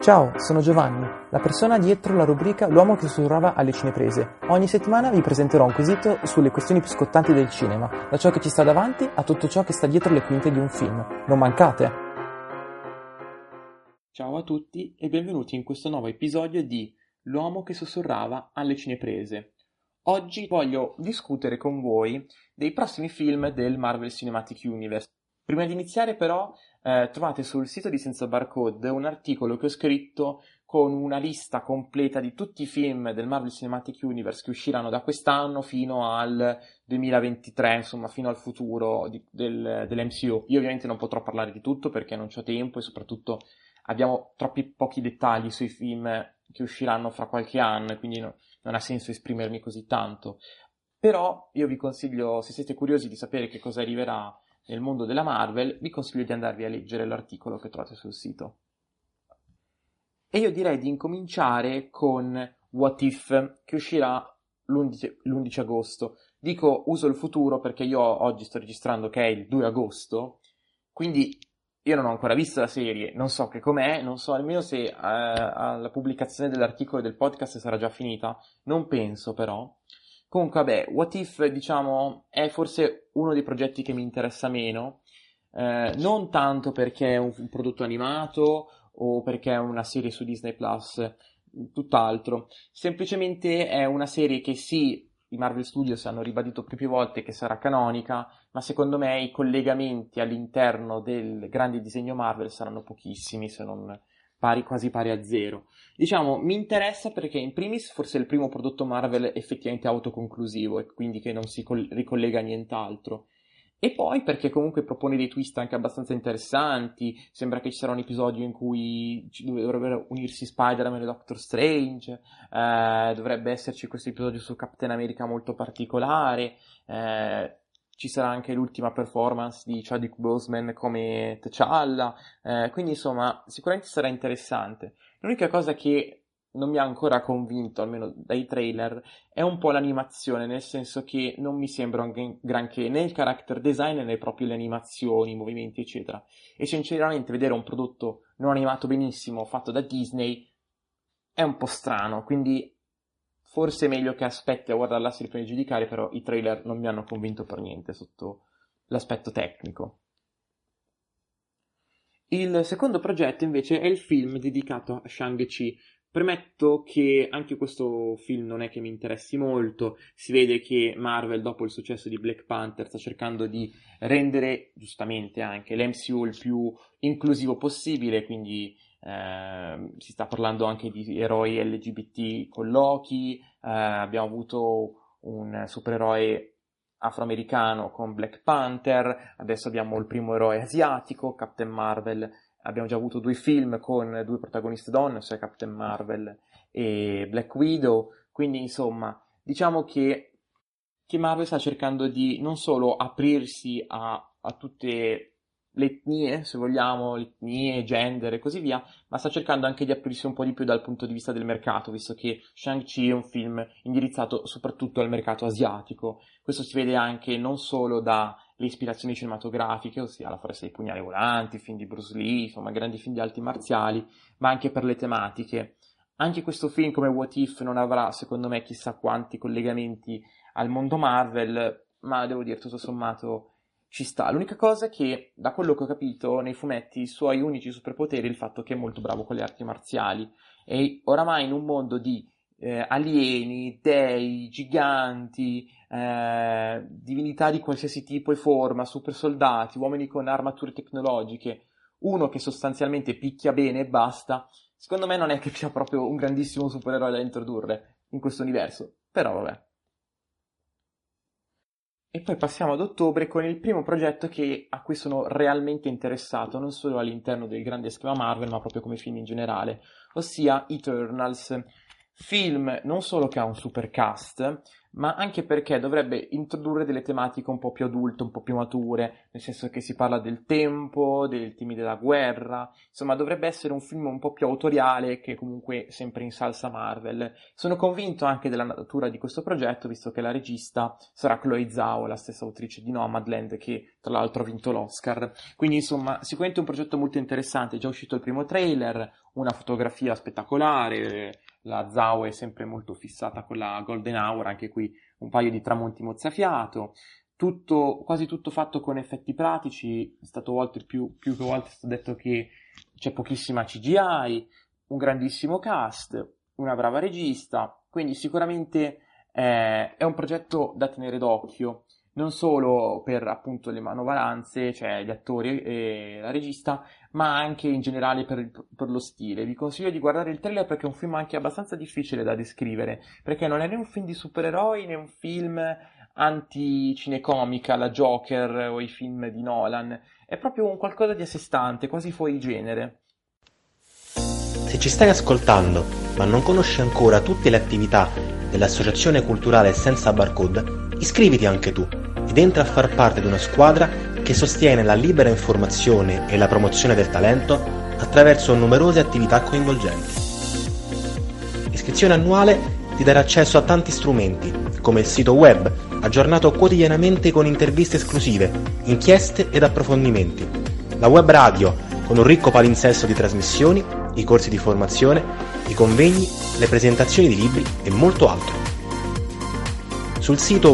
Ciao, sono Giovanni, la persona dietro la rubrica L'uomo che sussurrava alle cineprese. Ogni settimana vi presenterò un quesito sulle questioni più scottanti del cinema, da ciò che ci sta davanti a tutto ciò che sta dietro le quinte di un film. Non mancate! Ciao a tutti e benvenuti in questo nuovo episodio di L'uomo che sussurrava alle cineprese. Oggi voglio discutere con voi dei prossimi film del Marvel Cinematic Universe. Prima di iniziare però trovate sul sito di Senza Barcode un articolo che ho scritto con una lista completa di tutti i film del Marvel Cinematic Universe che usciranno da quest'anno fino al 2023, insomma fino al futuro dell'MCU. Io ovviamente non potrò parlare di tutto perché non c'ho tempo e soprattutto abbiamo troppi pochi dettagli sui film che usciranno fra qualche anno e quindi non ha senso esprimermi così tanto. Però io vi consiglio, se siete curiosi di sapere che cosa arriverà nel mondo della Marvel, vi consiglio di andarvi a leggere l'articolo che trovate sul sito. E io direi di incominciare con What If, che uscirà l'11 agosto. Dico uso il futuro perché io oggi sto registrando che è il 2 agosto, quindi io non ho ancora visto la serie, non so che com'è, non so nemmeno se alla pubblicazione dell'articolo e del podcast sarà già finita, non penso però. Comunque, vabbè, What If, diciamo, è forse uno dei progetti che mi interessa meno, non tanto perché è un prodotto animato o perché è una serie su Disney Plus, tutt'altro. Semplicemente è una serie che sì, i Marvel Studios hanno ribadito più volte che sarà canonica, ma secondo me i collegamenti all'interno del grande disegno Marvel saranno pochissimi, se non quasi pari a zero. Diciamo, mi interessa perché in primis forse è il primo prodotto Marvel effettivamente autoconclusivo e quindi che non si ricollega a nient'altro. E poi perché comunque propone dei twist anche abbastanza interessanti, sembra che ci sarà un episodio in cui dovrebbero unirsi Spider-Man e Doctor Strange, dovrebbe esserci questo episodio su Captain America molto particolare, ci sarà anche l'ultima performance di Chadwick Boseman come T'Challa, quindi insomma sicuramente sarà interessante. L'unica cosa che non mi ha ancora convinto, almeno dai trailer, è un po' l'animazione, nel senso che non mi sembra un granché né il character design né proprio le animazioni, i movimenti, eccetera. E sinceramente vedere un prodotto non animato benissimo, fatto da Disney, è un po' strano, quindi forse è meglio che aspetti a guardare la serie prima di giudicare, però i trailer non mi hanno convinto per niente sotto l'aspetto tecnico. Il secondo progetto invece è il film dedicato a Shang-Chi. Premetto che anche questo film non è che mi interessi molto, si vede che Marvel dopo il successo di Black Panther sta cercando di rendere, giustamente anche, l'MCU il più inclusivo possibile, quindi si sta parlando anche di eroi LGBT con Loki, abbiamo avuto un supereroe afroamericano con Black Panther, adesso abbiamo il primo eroe asiatico, Captain Marvel. Abbiamo già avuto 2 film con 2 protagoniste donne, cioè Captain Marvel e Black Widow, quindi insomma, diciamo che Marvel sta cercando di non solo aprirsi a tutte le etnie, se vogliamo, le etnie, gender e così via, ma sta cercando anche di aprirsi un po' di più dal punto di vista del mercato, visto che Shang-Chi è un film indirizzato soprattutto al mercato asiatico. Questo si vede anche non solo dalle ispirazioni cinematografiche, ossia La foresta dei pugnali volanti, film di Bruce Lee, insomma grandi film di arti marziali, ma anche per le tematiche. Anche questo film come What If non avrà, secondo me, chissà quanti collegamenti al mondo Marvel, ma devo dire, tutto sommato ci sta. L'unica cosa è che, da quello che ho capito, nei fumetti i suoi unici superpoteri è il fatto che è molto bravo con le arti marziali. E oramai in un mondo di alieni, dei, giganti, divinità di qualsiasi tipo e forma, super soldati, uomini con armature tecnologiche, uno che sostanzialmente picchia bene e basta, secondo me non è che sia proprio un grandissimo supereroe da introdurre in questo universo, però vabbè. E poi passiamo ad ottobre con il primo progetto a cui sono realmente interessato, non solo all'interno del grande schema Marvel, ma proprio come film in generale, ossia Eternals. Film non solo che ha un super cast, ma anche perché dovrebbe introdurre delle tematiche un po' più adulte, un po' più mature, nel senso che si parla del tempo, dei temi della guerra, insomma dovrebbe essere un film un po' più autoriale che comunque sempre in salsa Marvel. Sono convinto anche della natura di questo progetto, visto che la regista sarà Chloe Zhao, la stessa autrice di Nomadland, che tra l'altro ha vinto l'Oscar. Quindi insomma sicuramente un progetto molto interessante, è già uscito il primo trailer, una fotografia spettacolare, la Zhao è sempre molto fissata con la Golden Hour, anche qui un paio di tramonti mozzafiato, quasi tutto fatto con effetti pratici, è stato più che volte è stato detto che c'è pochissima CGI, un grandissimo cast, una brava regista, quindi sicuramente è un progetto da tenere d'occhio, non solo per appunto le manovalanze, cioè gli attori e la regista, ma anche in generale per lo stile. Vi consiglio di guardare il trailer perché è un film anche abbastanza difficile da descrivere, perché non è né un film di supereroi né un film anti-cinecomica, la Joker o i film di Nolan, è proprio un qualcosa di a sé stante, quasi fuori genere. Se ci stai ascoltando, ma non conosci ancora tutte le attività dell'Associazione Culturale Senza Barcode, iscriviti anche tu ed entra a far parte di una squadra che sostiene la libera informazione e la promozione del talento attraverso numerose attività coinvolgenti. L'iscrizione annuale ti darà accesso a tanti strumenti, come il sito web, aggiornato quotidianamente con interviste esclusive, inchieste ed approfondimenti, la web radio con un ricco palinsesto di trasmissioni, i corsi di formazione, i convegni, le presentazioni di libri e molto altro. Sul sito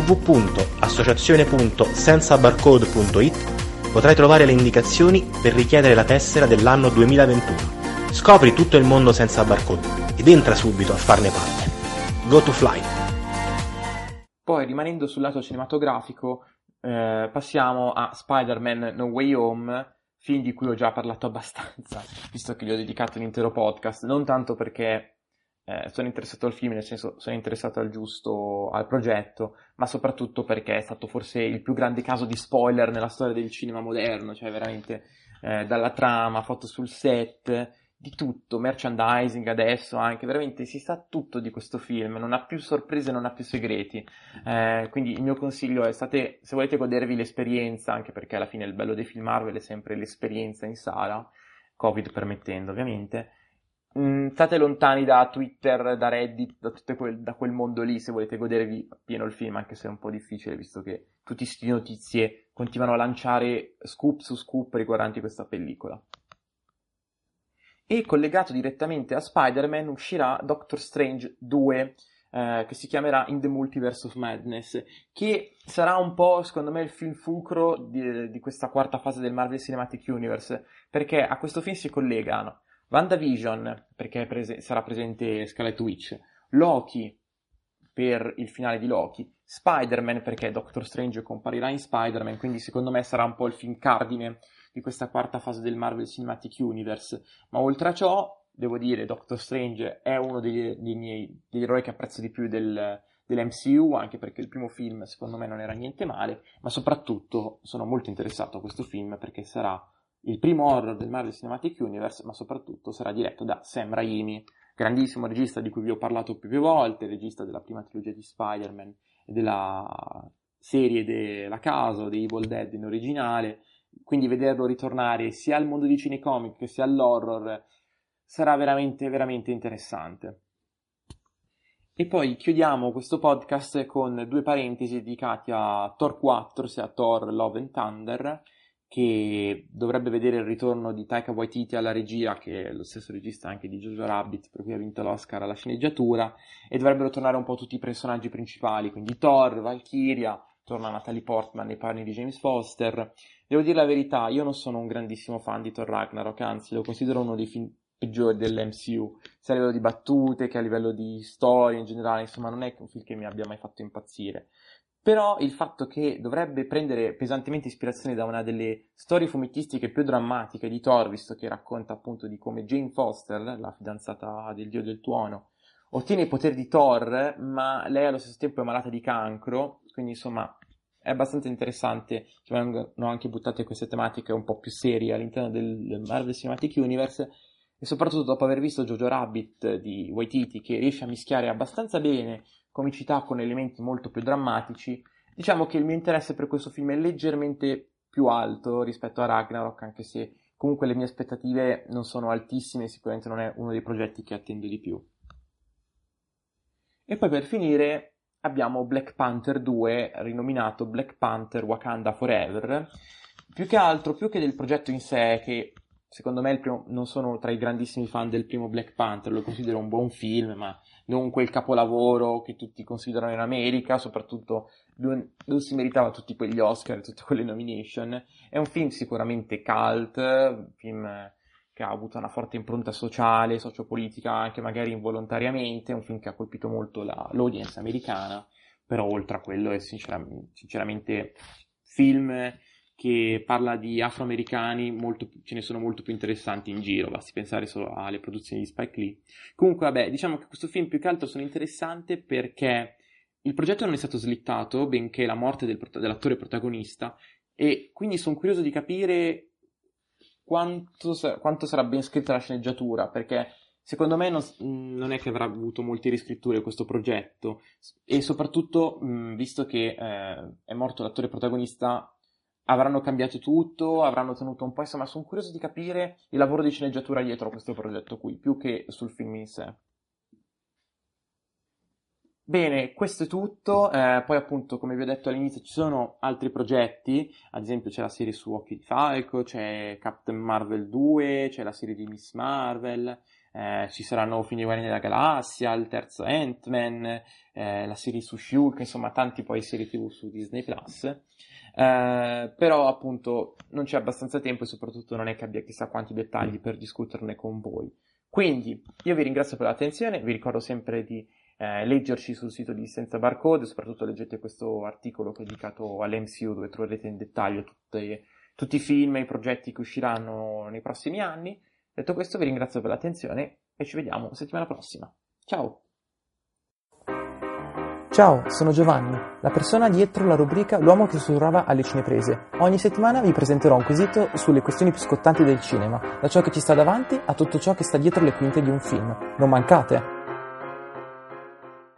www.associazione.senzabarcode.it potrai trovare le indicazioni per richiedere la tessera dell'anno 2021. Scopri tutto il mondo senza barcode ed entra subito a farne parte. Go to fly! Poi, rimanendo sul lato cinematografico, passiamo a Spider-Man No Way Home, film di cui ho già parlato abbastanza, visto che gli ho dedicato un intero podcast, non tanto perché sono interessato al film, nel senso sono interessato al progetto, ma soprattutto perché è stato forse il più grande caso di spoiler nella storia del cinema moderno, cioè veramente dalla trama, foto sul set, di tutto, merchandising adesso anche, veramente si sa tutto di questo film, non ha più sorprese, non ha più segreti, quindi il mio consiglio è se volete godervi l'esperienza, anche perché alla fine il bello dei film Marvel è sempre l'esperienza in sala, Covid permettendo ovviamente, state lontani da Twitter, da Reddit, da quel mondo lì se volete godervi appieno il film, anche se è un po' difficile visto che tutti sti notizie continuano a lanciare scoop su scoop riguardanti questa pellicola. E collegato direttamente a Spider-Man uscirà Doctor Strange 2, che si chiamerà In the Multiverse of Madness, che sarà un po', secondo me, il film fulcro di questa quarta fase del Marvel Cinematic Universe, perché a questo film si collegano WandaVision, perché sarà presente Scarlet Witch, Loki, per il finale di Loki, Spider-Man, perché Doctor Strange comparirà in Spider-Man, quindi secondo me sarà un po' il film cardine di questa quarta fase del Marvel Cinematic Universe. Ma oltre a ciò, devo dire, Doctor Strange è uno degli eroi che apprezzo di più dell'MCU, anche perché il primo film secondo me non era niente male, ma soprattutto sono molto interessato a questo film perché sarà il primo horror del Marvel Cinematic Universe, ma soprattutto sarà diretto da Sam Raimi, grandissimo regista di cui vi ho parlato più volte, regista della prima trilogia di Spider-Man e della serie della Casa, dei Evil Dead in originale, quindi vederlo ritornare sia al mondo di cinecomic sia all'horror sarà veramente, veramente interessante. E poi chiudiamo questo podcast con due parentesi dedicati a Thor 4, ossia Thor Love and Thunder, che dovrebbe vedere il ritorno di Taika Waititi alla regia, che è lo stesso regista anche di Jojo Rabbit, per cui ha vinto l'Oscar alla sceneggiatura, e dovrebbero tornare un po' tutti i personaggi principali, quindi Thor, Valkyria, torna Natalie Portman nei panni di James Foster. Devo dire la verità, io non sono un grandissimo fan di Thor Ragnarok, anzi lo considero uno dei film peggiori dell'MCU, sia a livello di battute che a livello di storia in generale, insomma non è un film che mi abbia mai fatto impazzire. Però il fatto che dovrebbe prendere pesantemente ispirazione da una delle storie fumettistiche più drammatiche di Thor, visto che racconta appunto di come Jane Foster, la fidanzata del dio del tuono, ottiene i poteri di Thor, ma lei allo stesso tempo è malata di cancro, quindi insomma è abbastanza interessante, ci vengono anche buttate queste tematiche un po' più serie all'interno del Marvel Cinematic Universe, e soprattutto dopo aver visto Jojo Rabbit di Waititi, che riesce a mischiare abbastanza bene comicità con elementi molto più drammatici, diciamo che il mio interesse per questo film è leggermente più alto rispetto a Ragnarok, anche se comunque le mie aspettative non sono altissime, sicuramente non è uno dei progetti che attendo di più. E poi per finire abbiamo Black Panther 2, rinominato Black Panther Wakanda Forever. Più che altro, più che del progetto in sé, che secondo me non sono tra i grandissimi fan del primo Black Panther, lo considero un buon film, ma non quel capolavoro che tutti considerano in America, soprattutto non si meritava tutti quegli Oscar e tutte quelle nomination. È un film sicuramente cult, un film che ha avuto una forte impronta sociale, sociopolitica, anche magari involontariamente, un film che ha colpito molto l'audience americana, però oltre a quello è sinceramente film che parla di afroamericani, ce ne sono molto più interessanti in giro, basti pensare solo alle produzioni di Spike Lee. Comunque, vabbè, diciamo che questo film più che altro sono interessante perché il progetto non è stato slittato, benché la morte dell'attore protagonista, e quindi sono curioso di capire quanto sarà ben scritta la sceneggiatura, perché secondo me non è che avrà avuto molte riscritture questo progetto, e soprattutto, visto che è morto l'attore protagonista, avranno cambiato tutto, avranno tenuto un po', insomma, sono curioso di capire il lavoro di sceneggiatura dietro a questo progetto qui, più che sul film in sé. Bene, questo è tutto, poi appunto, come vi ho detto all'inizio, ci sono altri progetti, ad esempio c'è la serie su Occhi di Falco, c'è Captain Marvel 2, c'è la serie di Miss Marvel, ci saranno Film dei Guardiani della Galassia, il terzo Ant-Man, la serie su Shulk, insomma tanti poi serie TV su Disney+. Però appunto non c'è abbastanza tempo e soprattutto non è che abbia chissà quanti dettagli per discuterne con voi. Quindi io vi ringrazio per l'attenzione, vi ricordo sempre di leggerci sul sito di Senza Barcode, soprattutto leggete questo articolo che è dedicato all'MCU, dove troverete in dettaglio tutti i film e i progetti che usciranno nei prossimi anni. Detto questo vi ringrazio per l'attenzione e ci vediamo settimana prossima. Ciao! Ciao, sono Giovanni, la persona dietro la rubrica L'uomo che sussurrava alle cineprese. Ogni settimana vi presenterò un quesito sulle questioni più scottanti del cinema, da ciò che ci sta davanti a tutto ciò che sta dietro le quinte di un film. Non mancate!